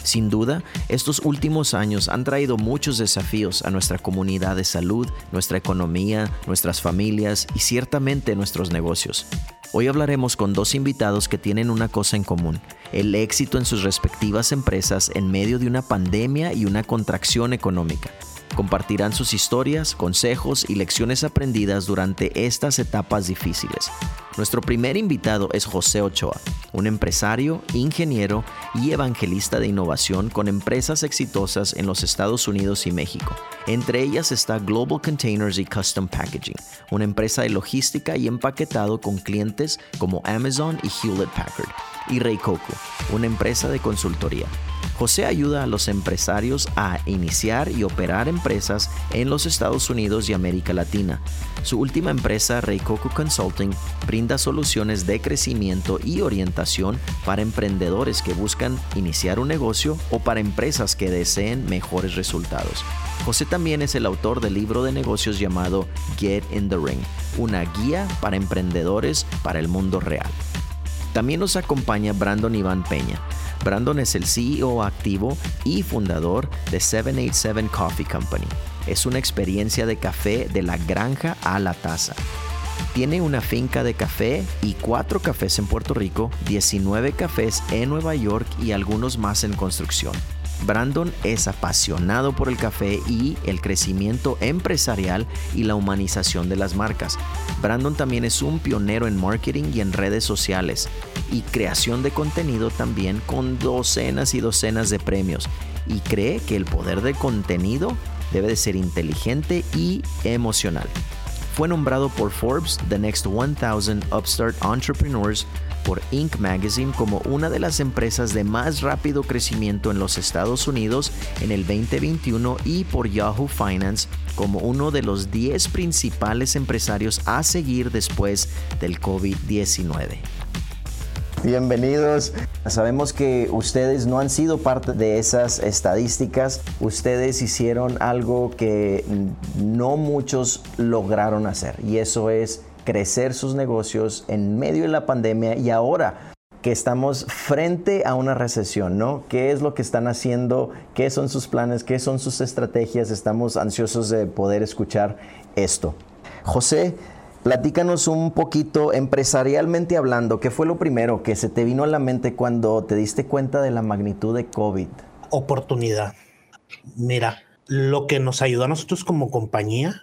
Sin duda, estos últimos años han traído muchos desafíos a nuestra comunidad de salud, nuestra economía, nuestras familias y ciertamente nuestros negocios. Hoy hablaremos con dos invitados que tienen una cosa en común: el éxito en sus respectivas empresas en medio de una pandemia y una contracción económica. Compartirán sus historias, consejos y lecciones aprendidas durante estas etapas difíciles. Nuestro primer invitado es José Ochoa, un empresario, ingeniero y evangelista de innovación con empresas exitosas en los Estados Unidos y México. Entre ellas está Global Containers y Custom Packaging, una empresa de logística y empaquetado con clientes como Amazon y Hewlett Packard, y Reikoku, una empresa de consultoría. José ayuda a los empresarios a iniciar y operar empresas en los Estados Unidos y América Latina. Su última empresa, Reikoku Consulting, brinda soluciones de crecimiento y orientación para emprendedores que buscan iniciar un negocio o para empresas que deseen mejores resultados. José también es el autor del libro de negocios llamado Get in the Ring, una guía para emprendedores para el mundo real. También nos acompaña Brandon Iván Peña. Brandon es el CEO activo y fundador de 787 Coffee Company. Es una experiencia de café de la granja a la taza. Tiene una finca de café y 4 cafés en Puerto Rico, 19 cafés en Nueva York y algunos más en construcción. Brandon es apasionado por el café y el crecimiento empresarial y la humanización de las marcas. Brandon también es un pionero en marketing y en redes sociales y creación de contenido también, con docenas y docenas de premios, y cree que el poder del contenido debe de ser inteligente y emocional. Fue nombrado por Forbes The Next 1000 Upstart Entrepreneurs, por Inc. Magazine como una de las empresas de más rápido crecimiento en los Estados Unidos en el 2021 y por Yahoo Finance como uno de los 10 principales empresarios a seguir después del COVID-19. Bienvenidos. Sabemos que ustedes no han sido parte de esas estadísticas. Ustedes hicieron algo que no muchos lograron hacer, y eso es crecer sus negocios en medio de la pandemia y ahora que estamos frente a una recesión, ¿no? ¿Qué es lo que están haciendo? ¿Qué son sus planes? ¿Qué son sus estrategias? Estamos ansiosos de poder escuchar esto. José, platícanos un poquito, empresarialmente hablando, ¿qué fue lo primero que se te vino a la mente cuando te diste cuenta de la magnitud de COVID? Oportunidad. Mira, lo que nos ayudó a nosotros como compañía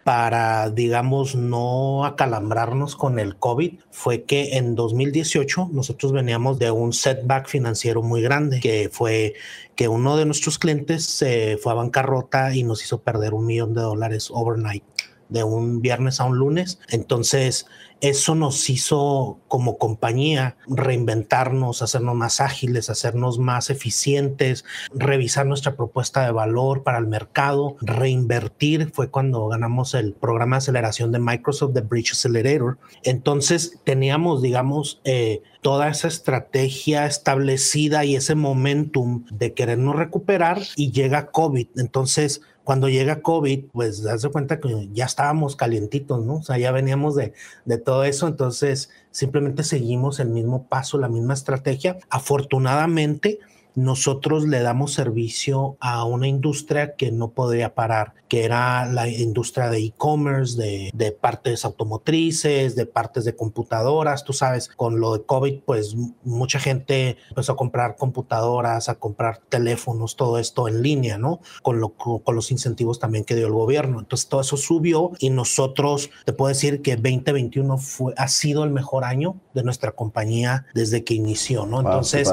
para, digamos, no acalambrarnos con el COVID fue que en 2018 nosotros veníamos de un setback financiero muy grande, que fue que uno de nuestros clientes se fue a bancarrota y nos hizo perder $1 millón overnight, de un viernes a un lunes. Entonces eso nos hizo como compañía reinventarnos, hacernos más ágiles, hacernos más eficientes, revisar nuestra propuesta de valor para el mercado, reinvertir. Fue cuando ganamos el programa de aceleración de Microsoft, The Bridge Accelerator. Entonces teníamos, digamos, toda esa estrategia establecida y ese momentum de querernos recuperar, y llega COVID. Entonces, cuando llega COVID, pues das cuenta que ya estábamos calientitos, ¿no? O sea, ya veníamos de todo eso. Entonces, simplemente seguimos el mismo paso, la misma estrategia. Afortunadamente, nosotros le damos servicio a una industria que no podía parar, que era la industria de e-commerce, de partes automotrices, de partes de computadoras. Tú sabes, con lo de COVID, pues mucha gente empezó a comprar computadoras, a comprar teléfonos, todo esto en línea, ¿no? Con los incentivos también que dio el gobierno. Entonces todo eso subió, y nosotros, te puedo decir que 2021 ha sido el mejor año de nuestra compañía desde que inició, ¿no? Entonces,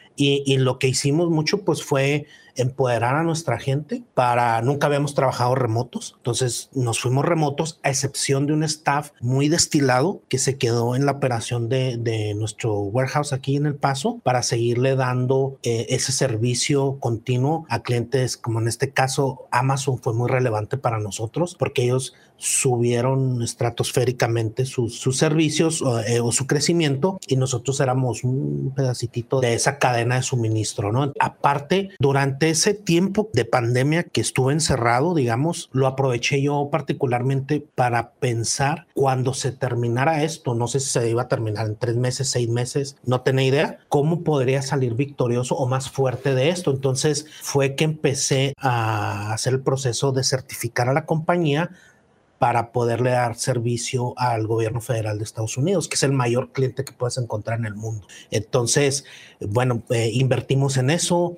y lo que hicimos mucho pues fue empoderar a nuestra gente. Nunca habíamos trabajado remotos, entonces nos fuimos remotos, a excepción de un staff muy destilado que se quedó en la operación de nuestro warehouse aquí en El Paso, para seguirle dando ese servicio continuo a clientes, como en este caso Amazon fue muy relevante para nosotros, porque ellos subieron estratosféricamente sus servicios o su crecimiento, y nosotros éramos un pedacitito de esa cadena de suministro, ¿no? Aparte, durante durante ese tiempo de pandemia que estuve encerrado, digamos, lo aproveché yo particularmente para pensar cuando se terminara esto, no sé si se iba a terminar en 3 meses, 6 meses, no tenía idea, cómo podría salir victorioso o más fuerte de esto. Entonces fue que empecé a hacer el proceso de certificar a la compañía para poderle dar servicio al gobierno federal de Estados Unidos, que es el mayor cliente que puedes encontrar en el mundo. Entonces, bueno, invertimos en eso.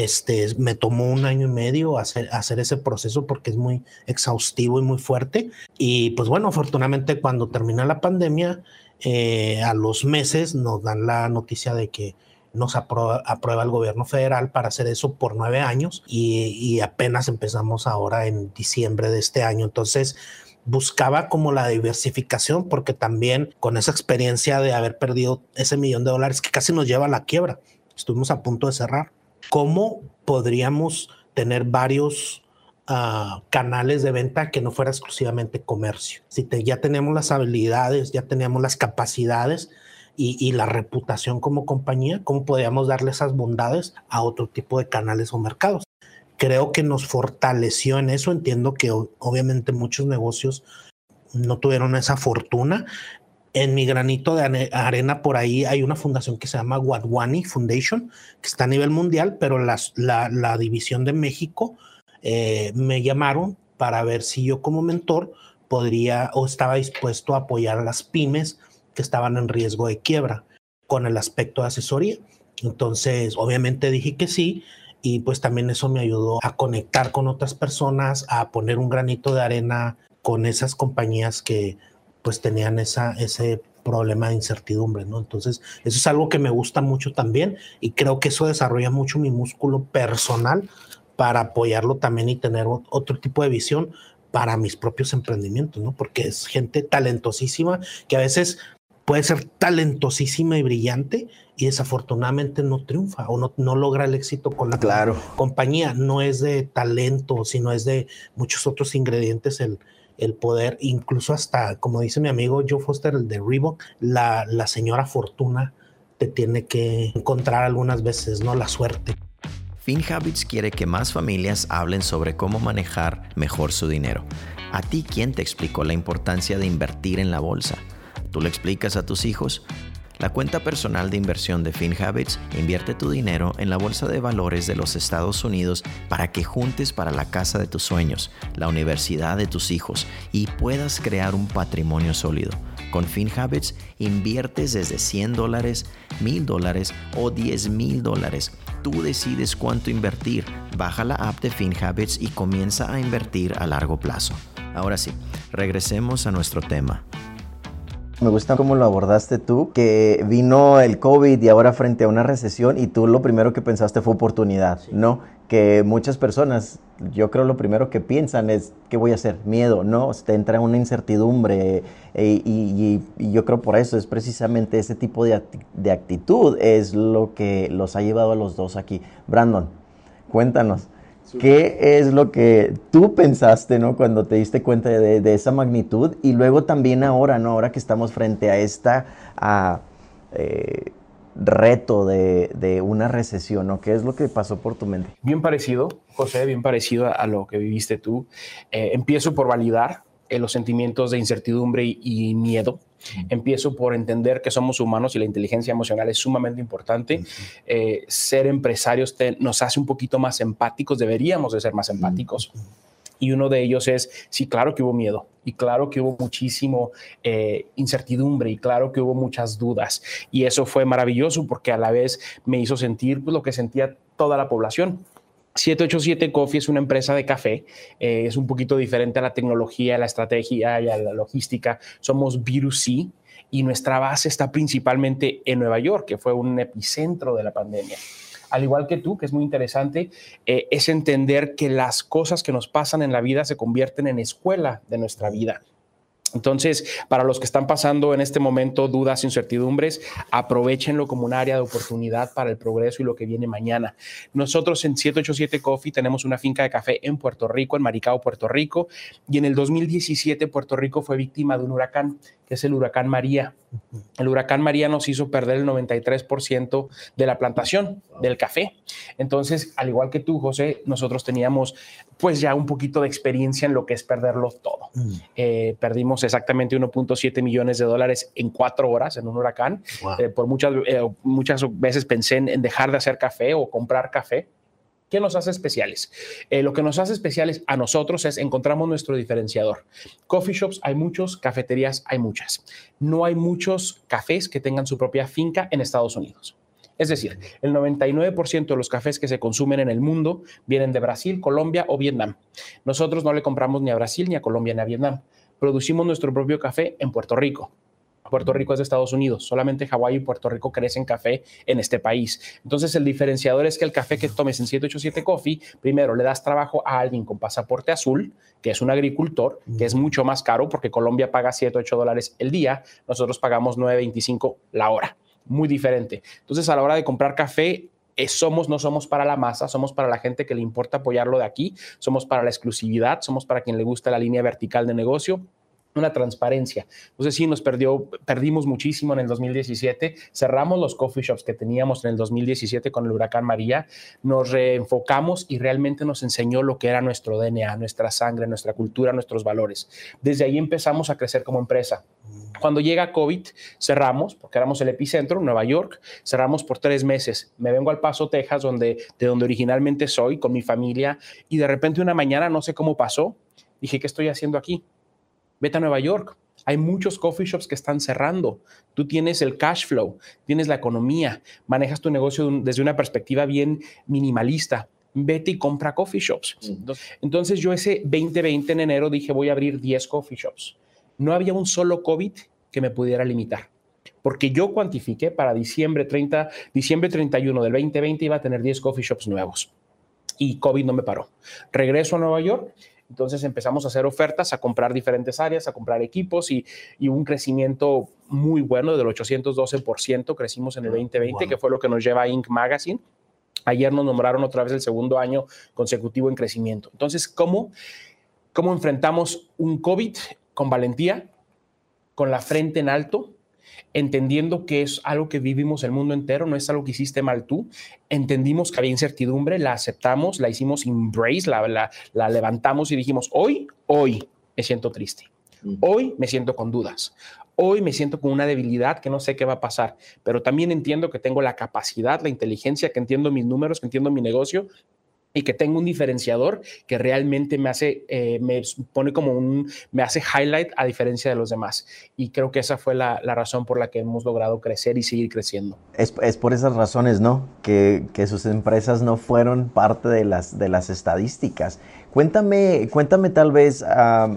Me tomó 1 año y medio hacer ese proceso porque es muy exhaustivo y muy fuerte. Y pues bueno, afortunadamente cuando termina la pandemia, a los meses nos dan la noticia de que nos aprueba el gobierno federal para hacer eso por 9 años y apenas empezamos ahora en diciembre de este año. Entonces, buscaba como la diversificación porque también con esa experiencia de haber perdido ese $1,000,000 que casi nos lleva a la quiebra, estuvimos a punto de cerrar. ¿Cómo podríamos tener varios canales de venta que no fuera exclusivamente comercio? Si ya tenemos las habilidades, ya teníamos las capacidades y la reputación como compañía, ¿cómo podríamos darle esas bondades a otro tipo de canales o mercados? Creo que nos fortaleció en eso. Entiendo que obviamente muchos negocios no tuvieron esa fortuna. En mi granito de arena por ahí hay una fundación que se llama Wadhwani Foundation, que está a nivel mundial, pero la división de México me llamaron para ver si yo como mentor podría o estaba dispuesto a apoyar a las pymes que estaban en riesgo de quiebra con el aspecto de asesoría. Entonces, obviamente dije que sí. Y pues también eso me ayudó a conectar con otras personas, a poner un granito de arena con esas compañías que pues tenían ese problema de incertidumbre, ¿no? Entonces, eso es algo que me gusta mucho también y creo que eso desarrolla mucho mi músculo personal para apoyarlo también y tener otro tipo de visión para mis propios emprendimientos, ¿no? Porque es gente talentosísima que a veces puede ser talentosísima y brillante y desafortunadamente no triunfa o no logra el éxito con la compañía. No es de talento, sino es de muchos otros ingredientes el poder, incluso hasta, como dice mi amigo Joe Foster, el de Reebok, la señora fortuna te tiene que encontrar algunas veces, ¿no? La suerte. FinHabits quiere que más familias hablen sobre cómo manejar mejor su dinero. ¿A ti quién te explicó la importancia de invertir en la bolsa? ¿Tú le explicas a tus hijos? La cuenta personal de inversión de FinHabits invierte tu dinero en la bolsa de valores de los Estados Unidos para que juntes para la casa de tus sueños, la universidad de tus hijos y puedas crear un patrimonio sólido. Con FinHabits inviertes desde $100, $1,000 o $10,000. Tú decides cuánto invertir. Baja la app de FinHabits y comienza a invertir a largo plazo. Ahora sí, regresemos a nuestro tema. Me gusta cómo lo abordaste tú, que vino el COVID y ahora frente a una recesión y tú lo primero que pensaste fue oportunidad, sí. ¿No? Que muchas personas, yo creo lo primero que piensan es, ¿qué voy a hacer? Miedo, ¿no? Te entra una incertidumbre y yo creo por eso es precisamente ese tipo de actitud es lo que los ha llevado a los dos aquí. Brandon, cuéntanos. ¿Qué es lo que tú pensaste, ¿no? Cuando te diste cuenta de esa magnitud? Y luego también ahora, ¿no? Ahora que estamos frente a esta reto de una recesión, ¿no? ¿Qué es lo que pasó por tu mente? Bien parecido, José, bien parecido a lo que viviste tú. Empiezo por validar los sentimientos de incertidumbre y miedo. Empiezo por entender que somos humanos y la inteligencia emocional es sumamente importante. Ser empresarios nos hace un poquito más empáticos, deberíamos de ser más empáticos. Y uno de ellos es, sí, claro que hubo miedo y claro que hubo muchísimo incertidumbre y claro que hubo muchas dudas. Y eso fue maravilloso porque a la vez me hizo sentir pues, lo que sentía toda la población. 787 Coffee es una empresa de café, es un poquito diferente a la tecnología, a la estrategia y a la logística. Somos B2C y nuestra base está principalmente en Nueva York, que fue un epicentro de la pandemia. Al igual que tú, que es muy interesante, es entender que las cosas que nos pasan en la vida se convierten en escuela de nuestra vida. Entonces, para los que están pasando en este momento dudas, incertidumbres, aprovéchenlo como un área de oportunidad para el progreso y lo que viene mañana. Nosotros en 787 Coffee tenemos una finca de café en Puerto Rico, en Maricao, Puerto Rico, y en el 2017 Puerto Rico fue víctima de un huracán que es el huracán María. El huracán María nos hizo perder el 93% de la plantación del café. Entonces, al igual que tú, José, nosotros teníamos pues ya un poquito de experiencia en lo que es perderlo todo. Perdimos exactamente 1.7 millones de dólares en 4 horas en un huracán. Wow. Por muchas veces pensé en dejar de hacer café o comprar café. ¿Qué nos hace especiales? Lo que nos hace especiales a nosotros es encontramos nuestro diferenciador. Coffee shops hay muchos, cafeterías hay muchas. No hay muchos cafés que tengan su propia finca en Estados Unidos. Es decir, el 99% de los cafés que se consumen en el mundo vienen de Brasil, Colombia o Vietnam. Nosotros no le compramos ni a Brasil, ni a Colombia, ni a Vietnam. Producimos nuestro propio café en Puerto Rico. Puerto Rico es de Estados Unidos, solamente Hawái y Puerto Rico crecen café en este país. Entonces el diferenciador es que el café que tomes en 787 Coffee, primero le das trabajo a alguien con pasaporte azul, que es un agricultor, que es mucho más caro porque Colombia paga $7-8 el día, nosotros pagamos $9.25 la hora, muy diferente. Entonces a la hora de comprar café, no somos para la masa, somos para la gente que le importa apoyarlo de aquí, somos para la exclusividad, somos para quien le gusta la línea vertical de negocio, una transparencia. Entonces sí, perdimos muchísimo en el 2017, cerramos los coffee shops que teníamos en el 2017 con el huracán María, nos reenfocamos y realmente nos enseñó lo que era nuestro DNA, nuestra sangre, nuestra cultura, nuestros valores. Desde ahí empezamos a crecer como empresa. Cuando llega COVID, cerramos, porque éramos el epicentro, Nueva York, cerramos por 3 meses. Me vengo al Paso, Texas, de donde originalmente soy, con mi familia, y de repente una mañana, no sé cómo pasó, dije, ¿qué estoy haciendo aquí? Vete a Nueva York. Hay muchos coffee shops que están cerrando. Tú tienes el cash flow, tienes la economía, manejas tu negocio desde una perspectiva bien minimalista. Vete y compra coffee shops. Entonces yo ese 2020 en enero dije voy a abrir 10 coffee shops. No había un solo COVID que me pudiera limitar. Porque yo cuantifiqué para diciembre 31 del 2020 iba a tener 10 coffee shops nuevos. Y COVID no me paró. Regreso a Nueva York. Entonces empezamos a hacer ofertas, a comprar diferentes áreas, a comprar equipos y un crecimiento muy bueno del 812% crecimos en el 2020, wow, que fue lo que nos lleva a Inc. Magazine. Ayer nos nombraron otra vez el segundo año consecutivo en crecimiento. Entonces, ¿cómo enfrentamos un COVID con valentía, con la frente en alto, entendiendo que es algo que vivimos el mundo entero, no es algo que hiciste mal tú? Entendimos que había incertidumbre, la aceptamos, la hicimos embrace, la levantamos y dijimos, hoy me siento triste, hoy me siento con dudas, hoy me siento con una debilidad que no sé qué va a pasar, pero también entiendo que tengo la capacidad, la inteligencia, que entiendo mis números, que entiendo mi negocio, y que tengo un diferenciador que realmente me hace highlight a diferencia de los demás. Y creo que esa fue la razón por la que hemos logrado crecer y seguir creciendo. Es por esas razones, ¿no? Que sus empresas no fueron parte de las estadísticas. Cuéntame tal vez, ahora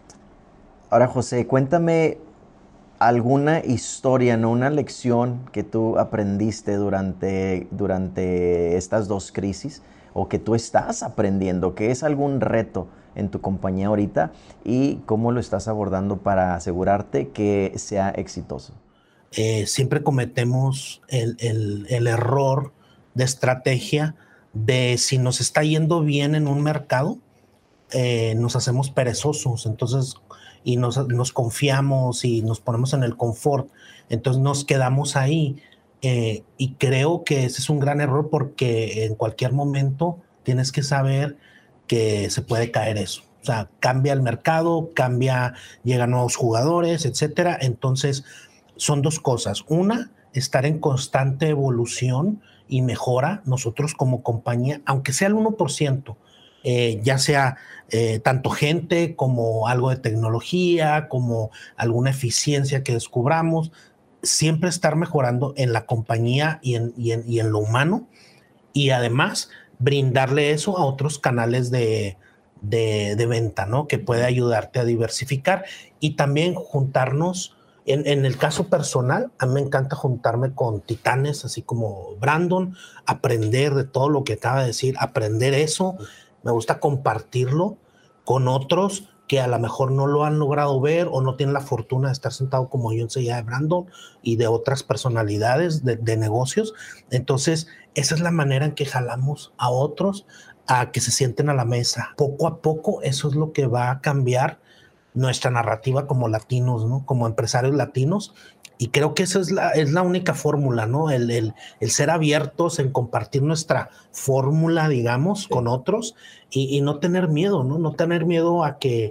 José, cuéntame alguna historia, ¿no? Una lección que tú aprendiste durante estas 2 crisis, o que tú estás aprendiendo, que es algún reto en tu compañía ahorita y cómo lo estás abordando para asegurarte que sea exitoso. Siempre cometemos el error de estrategia de si nos está yendo bien en un mercado, nos hacemos perezosos, entonces, y nos confiamos y nos ponemos en el confort, entonces nos quedamos ahí. Y creo que ese es un gran error porque en cualquier momento tienes que saber que se puede caer eso. O sea, cambia el mercado, llegan nuevos jugadores, etcétera. Entonces, son 2 cosas. Una, estar en constante evolución y mejora nosotros como compañía, aunque sea el 1%, ya sea tanto gente como algo de tecnología, como alguna eficiencia que descubramos, siempre estar mejorando en la compañía y en lo humano, y además brindarle eso a otros canales de venta, ¿no? Que puede ayudarte a diversificar y también juntarnos. En el caso personal, a mí me encanta juntarme con titanes, así como Brandon, aprender de todo lo que acaba de decir, aprender eso. Me gusta compartirlo con otros que a lo mejor no lo han logrado ver o no tienen la fortuna de estar sentado como yo en silla de Brandon y de otras personalidades de negocios. Entonces, esa es la manera en que jalamos a otros a que se sienten a la mesa. Poco a poco, eso es lo que va a cambiar nuestra narrativa como latinos, ¿no? Como empresarios latinos. Y creo que esa es la única fórmula, ¿no? El ser abiertos en compartir nuestra fórmula, digamos, con otros y no tener miedo, ¿no? No tener miedo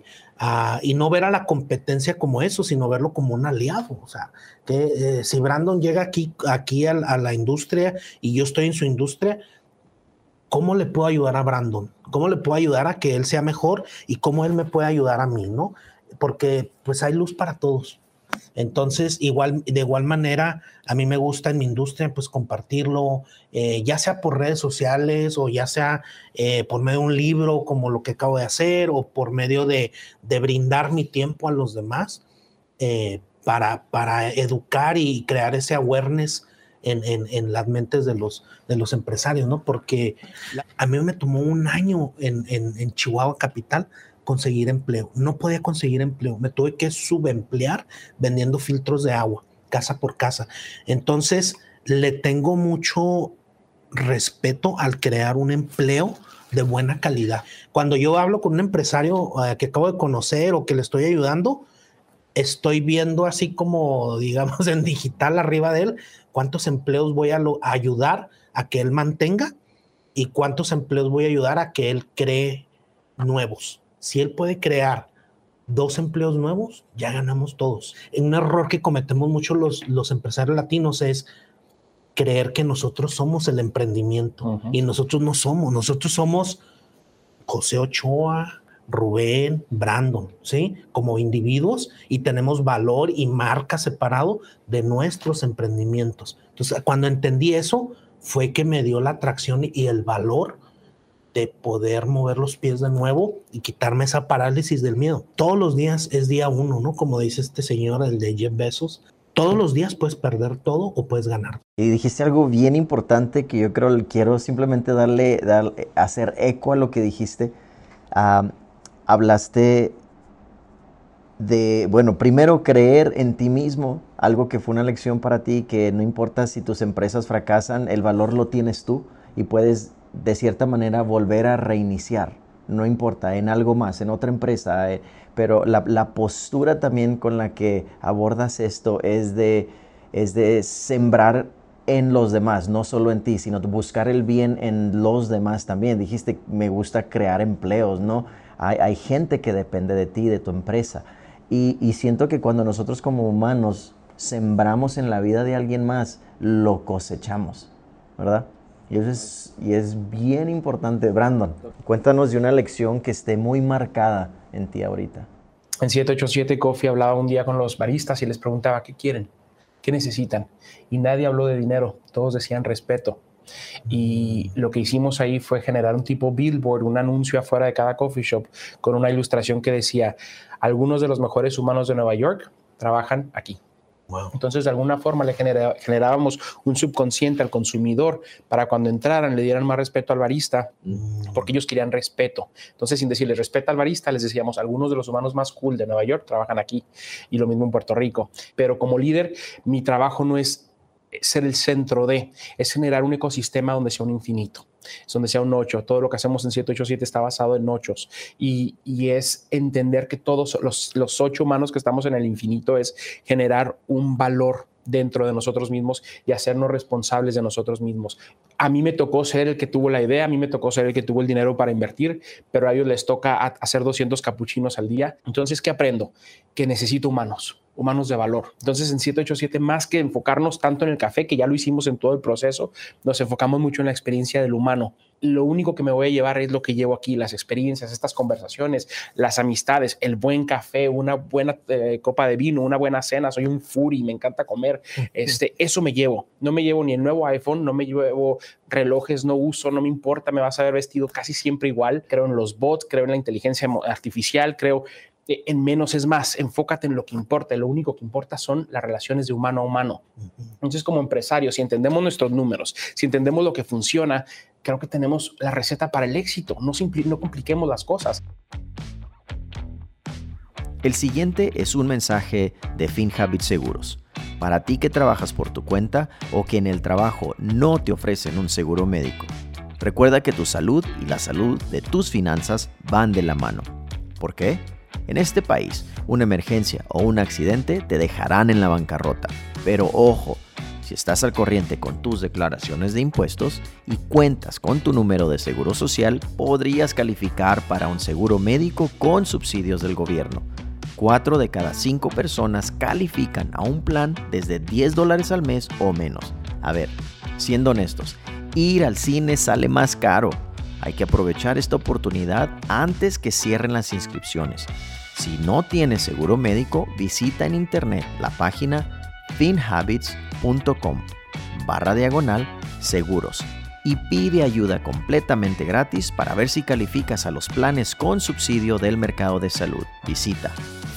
y no ver a la competencia como eso, sino verlo como un aliado. O sea, que si Brandon llega aquí a la industria y yo estoy en su industria, ¿cómo le puedo ayudar a Brandon? ¿Cómo le puedo ayudar a que él sea mejor y cómo él me puede ayudar a mí, ¿no? Porque pues hay luz para todos. Entonces, de igual manera, a mí me gusta en mi industria pues compartirlo, ya sea por redes sociales o ya sea por medio de un libro como lo que acabo de hacer o por medio de brindar mi tiempo a los demás para educar y crear ese awareness en las mentes de los empresarios, ¿no? Porque a mí me tomó un año en Chihuahua capital conseguir empleo. No podía conseguir empleo. Me tuve que subemplear vendiendo filtros de agua, casa por casa. Entonces, le tengo mucho respeto al crear un empleo de buena calidad. Cuando yo hablo con un empresario que acabo de conocer o que le estoy ayudando, estoy viendo así como, digamos, en digital arriba de él, cuántos empleos voy a ayudar a que él mantenga y cuántos empleos voy a ayudar a que él cree nuevos. Si él puede crear 2 empleos nuevos, ya ganamos todos. Un error que cometemos mucho los empresarios latinos es creer que nosotros somos el emprendimiento. Y nosotros no somos. Nosotros somos José Ochoa, Rubén, Brandon, ¿sí? Como individuos, y tenemos valor y marca separado de nuestros emprendimientos. Entonces, cuando entendí eso, fue que me dio la atracción y el valor de poder mover los pies de nuevo y quitarme esa parálisis del miedo. Todos los días es día 1, ¿no? Como dice este señor, el de Jeff Bezos. Todos los días puedes perder todo o puedes ganar. Y dijiste algo bien importante que yo creo que quiero simplemente hacer eco a lo que dijiste. Hablaste de, bueno, primero creer en ti mismo, algo que fue una lección para ti, que no importa si tus empresas fracasan, el valor lo tienes tú y puedes de cierta manera volver a reiniciar, no importa, en algo más, en otra empresa, pero la postura también con la que abordas esto es de sembrar en los demás, no solo en ti, sino buscar el bien en los demás también. Dijiste, me gusta crear empleos, ¿no? Hay gente que depende de ti, de tu empresa, y siento que cuando nosotros como humanos sembramos en la vida de alguien más, lo cosechamos, ¿verdad? Y es bien importante. Brandon, cuéntanos de una lección que esté muy marcada en ti ahorita. En 787 Coffee hablaba un día con los baristas y les preguntaba qué quieren, qué necesitan. Y nadie habló de dinero, todos decían respeto. Y lo que hicimos ahí fue generar un tipo billboard, un anuncio afuera de cada coffee shop con una ilustración que decía: algunos de los mejores humanos de Nueva York trabajan aquí. Wow. Entonces, de alguna forma le generábamos un subconsciente al consumidor para cuando entraran le dieran más respeto al barista, porque ellos querían respeto. Entonces, sin decirles respeta al barista, les decíamos: algunos de los humanos más cool de Nueva York trabajan aquí, y lo mismo en Puerto Rico. Pero como líder, mi trabajo no es ser el centro es generar un ecosistema donde sea un infinito, es donde sea un 8. Todo lo que hacemos en 787 está basado en 8s y es entender que todos los 8 humanos que estamos en el infinito es generar un valor dentro de nosotros mismos y hacernos responsables de nosotros mismos. A mí me tocó ser el que tuvo la idea, a mí me tocó ser el que tuvo el dinero para invertir, pero a ellos les toca hacer 200 capuchinos al día. Entonces, ¿qué aprendo? Que necesito humanos de valor. Entonces, en 787, más que enfocarnos tanto en el café, que ya lo hicimos en todo el proceso, nos enfocamos mucho en la experiencia del humano. Lo único que me voy a llevar es lo que llevo aquí, las experiencias, estas conversaciones, las amistades, el buen café, una buena copa de vino, una buena cena. Soy un foodie, me encanta comer. Eso me llevo. No me llevo ni el nuevo iPhone, no me llevo relojes, no uso, no me importa, me vas a ver vestido casi siempre igual. Creo en los bots, creo en la inteligencia artificial, creo en menos es más. Enfócate en lo que importa. Lo único que importa son las relaciones de humano a humano. Entonces, como empresarios, si entendemos nuestros números, si entendemos lo que funciona, creo que tenemos la receta para el éxito. No compliquemos las cosas. El siguiente es un mensaje de FinHabit Seguros. Para ti que trabajas por tu cuenta o que en el trabajo no te ofrecen un seguro médico. Recuerda que tu salud y la salud de tus finanzas van de la mano. ¿Por qué? En este país, una emergencia o un accidente te dejarán en la bancarrota. Pero ojo, si estás al corriente con tus declaraciones de impuestos y cuentas con tu número de seguro social, podrías calificar para un seguro médico con subsidios del gobierno. 4 de cada 5 personas califican a un plan desde $10 al mes o menos. A ver, siendo honestos, ir al cine sale más caro. Hay que aprovechar esta oportunidad antes que cierren las inscripciones. Si no tienes seguro médico, visita en internet la página finhabits.com/seguros y pide ayuda completamente gratis para ver si calificas a los planes con subsidio del mercado de salud. Visita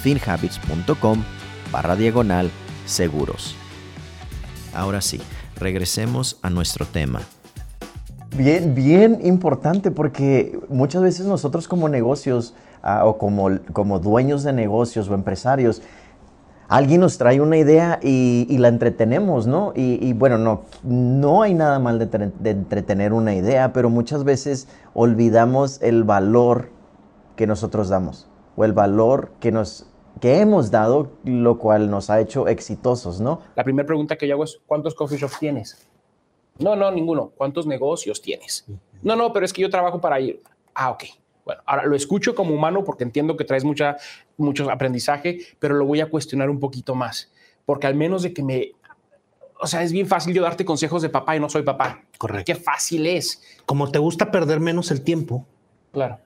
finhabits.com/seguros. Ahora sí, regresemos a nuestro tema. Bien importante, porque muchas veces nosotros como negocios o como dueños de negocios o empresarios, alguien nos trae una idea y la entretenemos, ¿no? Y bueno, no hay nada mal de entretener una idea, pero muchas veces olvidamos el valor que nosotros damos o el valor que hemos dado, lo cual nos ha hecho exitosos, ¿no? La primera pregunta que yo hago es, ¿cuántos coffee shops tienes? No, ninguno. ¿Cuántos negocios tienes? No, pero es que yo trabajo para ir. Ok. Bueno, ahora lo escucho como humano porque entiendo que traes mucho aprendizaje, pero lo voy a cuestionar un poquito más. Porque al menos de que es bien fácil yo darte consejos de papá y no soy papá. Correcto. Qué fácil es. Como te gusta perder menos el tiempo. Claro.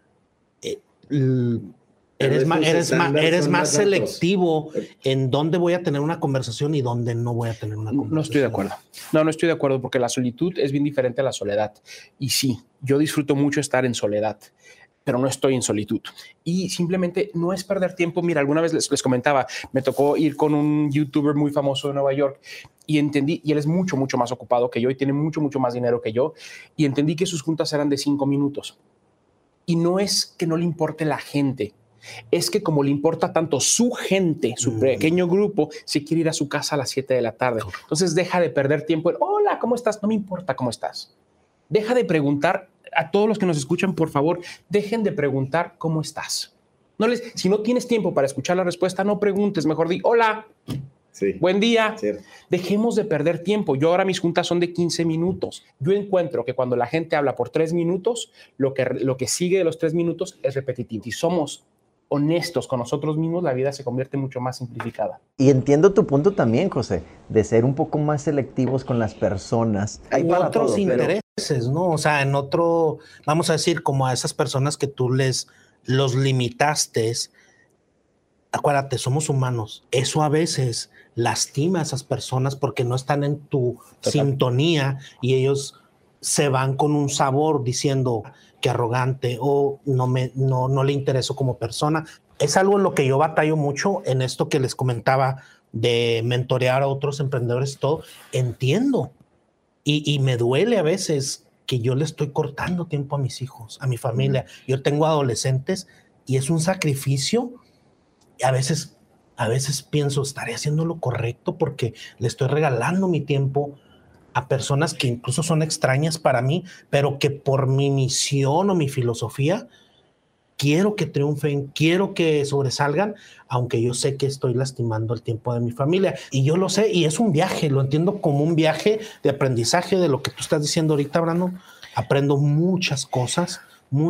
Eres más selectivo en dónde voy a tener una conversación y dónde no voy a tener una conversación. No estoy de acuerdo. No estoy de acuerdo porque la solitud es bien diferente a la soledad. Y sí, yo disfruto mucho estar en soledad, pero no estoy en solitud. Y simplemente no es perder tiempo. Mira, alguna vez les comentaba, me tocó ir con un youtuber muy famoso de Nueva York y entendí, y él es mucho más ocupado que yo y tiene mucho más dinero que yo, y entendí que sus juntas eran de 5 minutos. Y no es que no le importe la gente, es que como le importa tanto su gente, su pequeño grupo, se quiere ir a su casa a las 7 de la tarde. Entonces deja de perder tiempo en, hola, ¿cómo estás? No me importa cómo estás. Deja de preguntar. A todos los que nos escuchan, por favor, dejen de preguntar cómo estás. Si no tienes tiempo para escuchar la respuesta, no preguntes, mejor di hola, sí, buen día. Sí. Dejemos de perder tiempo. Yo ahora mis juntas son de 15 minutos. Yo encuentro que cuando la gente habla por 3 minutos, lo que sigue de los 3 minutos es repetitivo. Si somos honestos con nosotros mismos, la vida se convierte mucho más simplificada. Y entiendo tu punto también, José, de ser un poco más selectivos con las personas. Hay otros intereses, ¿no? O sea, vamos a decir, como a esas personas que tú los limitaste, acuérdate, somos humanos. Eso a veces lastima a esas personas porque no están en tu sintonía y ellos se van con un sabor diciendo que arrogante o no le intereso como persona. Es algo en lo que yo batallo mucho en esto que les comentaba de mentorear a otros emprendedores y todo. Entiendo y me duele a veces que yo le estoy cortando tiempo a mis hijos, a mi familia. Yo tengo adolescentes y es un sacrificio. A veces pienso, ¿estaré haciendo lo correcto? Porque le estoy regalando mi tiempo a personas que incluso son extrañas para mí, pero que por mi misión o mi filosofía quiero que triunfen, quiero que sobresalgan, aunque yo sé que estoy lastimando el tiempo de mi familia. Y yo lo sé, y es un viaje, lo entiendo como un viaje de aprendizaje de lo que tú estás diciendo ahorita, Brandon. Aprendo muchas cosas.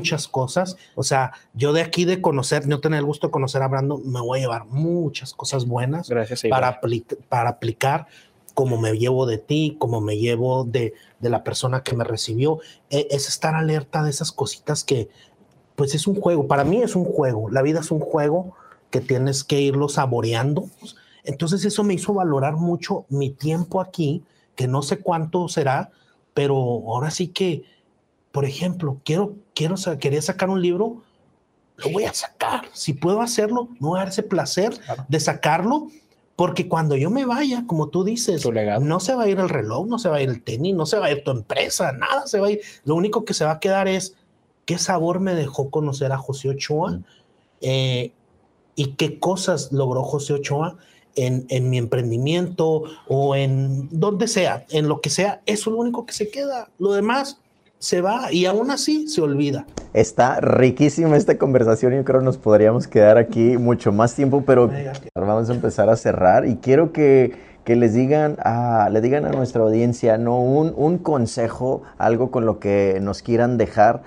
O sea, yo de aquí de conocer, no tener el gusto de conocer a Brandon, me voy a llevar muchas cosas buenas. Gracias, para aplicar como me llevo de ti, como me llevo de la persona que me recibió. Es estar alerta de esas cositas que, pues es un juego. Para mí es un juego. La vida es un juego que tienes que irlo saboreando. Entonces eso me hizo valorar mucho mi tiempo aquí, que no sé cuánto será, pero ahora sí que, por ejemplo, quería sacar un libro, lo voy a sacar. Si puedo hacerlo, me voy a dar ese placer de sacarlo. Porque cuando yo me vaya, como tú dices, no se va a ir el reloj, no se va a ir el tenis, no se va a ir tu empresa, nada se va a ir. Lo único que se va a quedar es qué sabor me dejó conocer a José Ochoa y qué cosas logró José Ochoa en mi emprendimiento o en donde sea, en lo que sea. Eso es lo único que se queda. Lo demás se va y aún así se olvida. Está riquísima esta conversación. Yo creo que nos podríamos quedar aquí mucho más tiempo, pero vamos a empezar a cerrar y quiero que le digan a nuestra audiencia, ¿no? un consejo, algo con lo que nos quieran dejar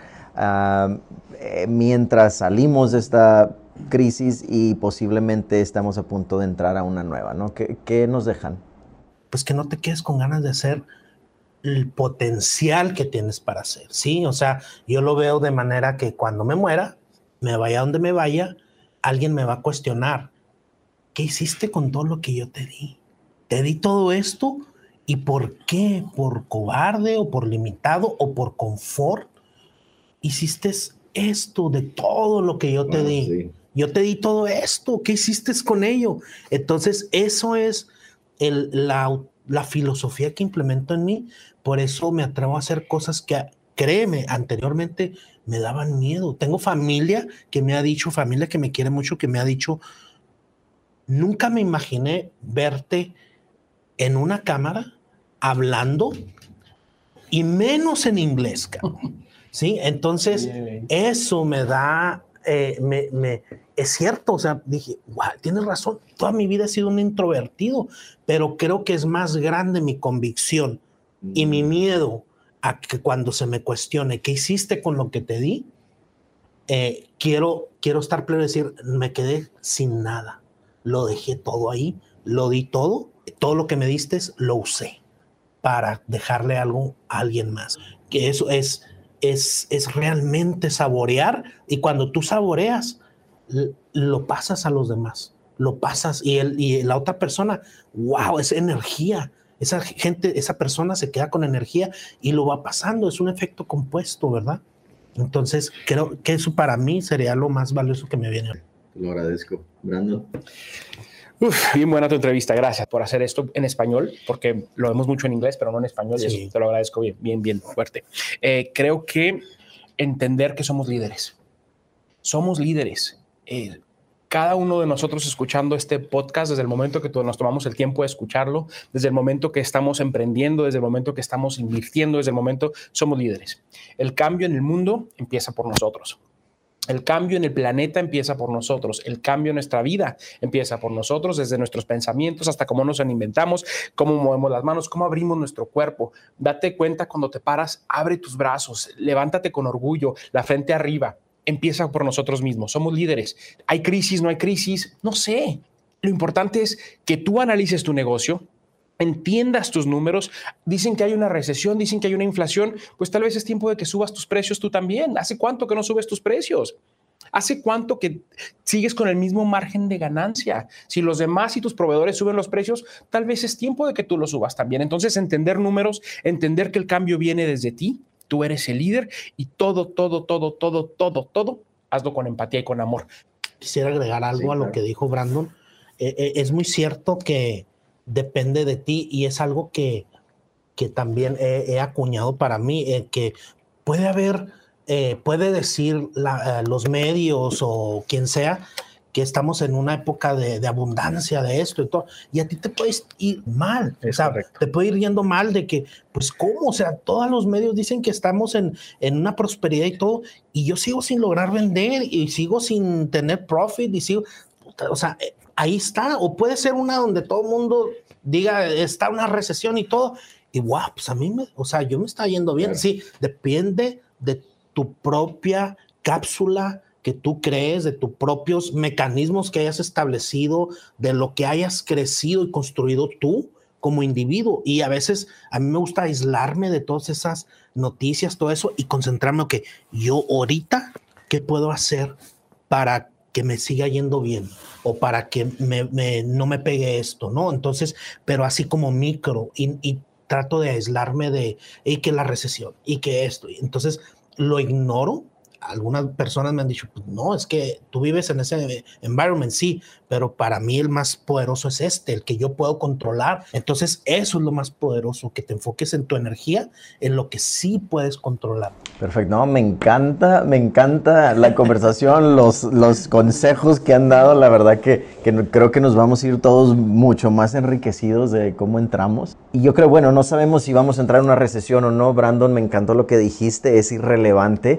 mientras salimos de esta crisis y posiblemente estamos a punto de entrar a una nueva, ¿no? ¿Qué nos dejan? Pues que no te quedes con ganas de hacer el potencial que tienes para hacer, ¿sí? O sea, yo lo veo de manera que cuando me muera, me vaya donde me vaya, alguien me va a cuestionar, ¿qué hiciste con todo lo que yo te di? Te di todo esto, ¿y por qué? ¿Por cobarde o por limitado o por confort? Hiciste esto de todo lo que yo te di. Sí. Yo te di todo esto, ¿qué hiciste con ello? Entonces, eso es la filosofía que implemento en mí. Por eso me atrevo a hacer cosas que, créeme, anteriormente me daban miedo. Tengo familia que me ha dicho, familia que me quiere mucho, que me ha dicho, nunca me imaginé verte en una cámara hablando y menos en inglés, cabrón. ¿Sí? Entonces, eso me da, es cierto, o sea, dije, wow, tienes razón, toda mi vida he sido un introvertido, pero creo que es más grande mi convicción y mi miedo a que cuando se me cuestione qué hiciste con lo que te di, quiero estar pleno y decir, me quedé sin nada, lo dejé todo ahí, lo di todo lo que me diste lo usé para dejarle algo a alguien más, que eso es realmente saborear, y cuando tú saboreas, lo pasas a los demás, lo pasas y la otra persona, wow, es energía, esa gente, esa persona se queda con energía y lo va pasando, es un efecto compuesto, ¿verdad? Entonces creo que eso para mí sería lo más valioso que me viene. Lo agradezco. Brandon. Bien buena tu entrevista, gracias por hacer esto en español, porque lo vemos mucho en inglés, pero no en español, sí. Y eso te lo agradezco bien fuerte. Creo que entender que somos líderes. Somos líderes. Cada uno de nosotros escuchando este podcast, desde el momento que nos tomamos el tiempo de escucharlo, desde el momento que estamos emprendiendo, desde el momento que estamos invirtiendo, desde el momento, somos líderes. El cambio en el mundo empieza por nosotros. El cambio en el planeta empieza por nosotros. El cambio en nuestra vida empieza por nosotros, desde nuestros pensamientos hasta cómo nos inventamos, cómo movemos las manos, cómo abrimos nuestro cuerpo. Date cuenta cuando te paras, abre tus brazos, levántate con orgullo, la frente arriba. Empieza por nosotros mismos. Somos líderes. ¿Hay crisis? ¿No hay crisis? No sé. Lo importante es que tú analices tu negocio, entiendas tus números. Dicen que hay una recesión, dicen que hay una inflación, pues tal vez es tiempo de que subas tus precios tú también. ¿Hace cuánto que no subes tus precios? ¿Hace cuánto que sigues con el mismo margen de ganancia? Si los demás y tus proveedores suben los precios, tal vez es tiempo de que tú los subas también. Entonces, entender números, entender que el cambio viene desde ti, tú eres el líder y todo, hazlo con empatía y con amor. Quisiera agregar algo a lo que dijo Brandon. Es muy cierto que depende de ti y es algo que también he acuñado para mí, que puede haber, puede decir los medios o quien sea que estamos en una época de abundancia de esto y todo, y a ti te puedes ir mal, o sea, te puede ir yendo mal de que, pues, ¿cómo? O sea, todos los medios dicen que estamos en una prosperidad y todo, y yo sigo sin lograr vender y sigo sin tener profit y sigo, o sea, ahí está. O puede ser una donde todo el mundo diga, está una recesión y todo, y wow, pues a mí yo me está yendo bien. Claro. Sí, depende de tu propia cápsula que tú crees, de tus propios mecanismos que hayas establecido, de lo que hayas crecido y construido tú como individuo. Y a veces a mí me gusta aislarme de todas esas noticias, todo eso, y concentrarme, ok, yo ahorita, ¿qué puedo hacer para que me siga yendo bien? O para que no me pegue esto, ¿no? Entonces, pero así como micro, y trato de aislarme de y que la recesión, y que esto. Entonces, lo ignoro. Algunas personas me han dicho, pues no, es que tú vives en ese environment, sí, pero para mí el más poderoso es el que yo puedo controlar. Entonces eso es lo más poderoso, que te enfoques en tu energía, en lo que sí puedes controlar. Perfecto, no, me encanta la conversación, los consejos que han dado. La verdad que creo que nos vamos a ir todos mucho más enriquecidos de cómo entramos. Y yo creo, bueno, no sabemos si vamos a entrar en una recesión o no. Brandon, me encantó lo que dijiste, es irrelevante.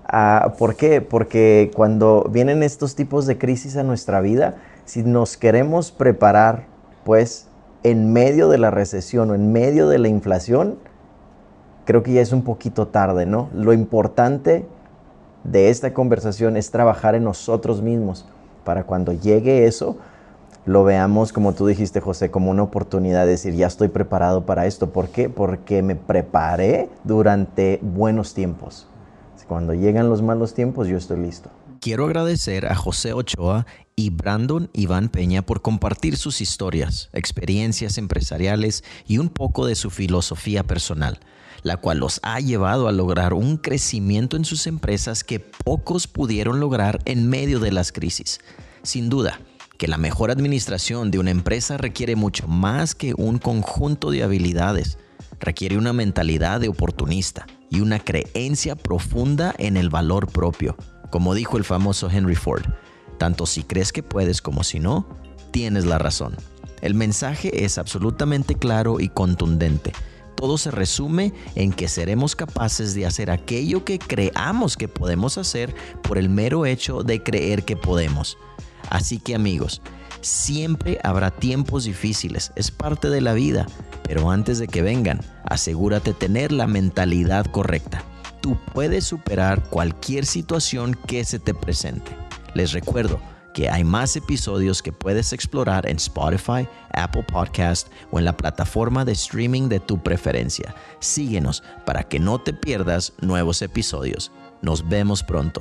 ¿Por qué? Porque cuando vienen estos tipos de crisis a nuestra vida, si nos queremos preparar, pues, en medio de la recesión o en medio de la inflación, creo que ya es un poquito tarde, ¿no? Lo importante de esta conversación es trabajar en nosotros mismos para cuando llegue eso, lo veamos, como tú dijiste, José, como una oportunidad de decir, ya estoy preparado para esto. ¿Por qué? Porque me preparé durante buenos tiempos. Cuando llegan los malos tiempos, yo estoy listo. Quiero agradecer a José Ochoa y Brandon Iván Peña por compartir sus historias, experiencias empresariales y un poco de su filosofía personal, la cual los ha llevado a lograr un crecimiento en sus empresas que pocos pudieron lograr en medio de las crisis. Sin duda, que la mejor administración de una empresa requiere mucho más que un conjunto de habilidades. Requiere una mentalidad de oportunista y una creencia profunda en el valor propio. Como dijo el famoso Henry Ford, tanto si crees que puedes como si no, tienes la razón. El mensaje es absolutamente claro y contundente. Todo se resume en que seremos capaces de hacer aquello que creamos que podemos hacer por el mero hecho de creer que podemos. Así que amigos, siempre habrá tiempos difíciles, es parte de la vida, pero antes de que vengan, asegúrate de tener la mentalidad correcta. Tú puedes superar cualquier situación que se te presente. Les recuerdo que hay más episodios que puedes explorar en Spotify, Apple Podcast o en la plataforma de streaming de tu preferencia. Síguenos para que no te pierdas nuevos episodios. Nos vemos pronto.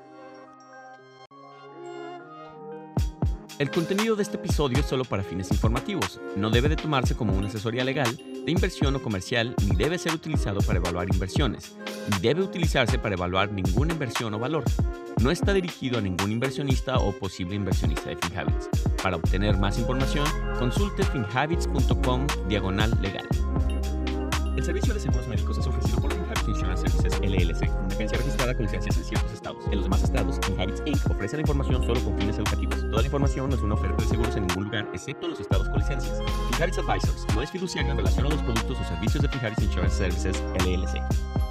El contenido de este episodio es solo para fines informativos. No debe de tomarse como una asesoría legal, de inversión o comercial, ni debe ser utilizado para evaluar inversiones, ni debe utilizarse para evaluar ninguna inversión o valor. No está dirigido a ningún inversionista o posible inversionista de FinHabits. Para obtener más información, consulte finhabits.com/legal. El servicio de seguros médicos es ofrecido por FinHabits Insurance Services LLC, una agencia registrada con licencias en ciertos estados. En los demás estados, FinHabits Inc. ofrece la información solo con fines educativos. Toda la información no es una oferta de seguros en ningún lugar, excepto en los estados con licencias. FinHabits Advisors no es fiduciario en relación a los productos o servicios de FinHabits Insurance Services LLC.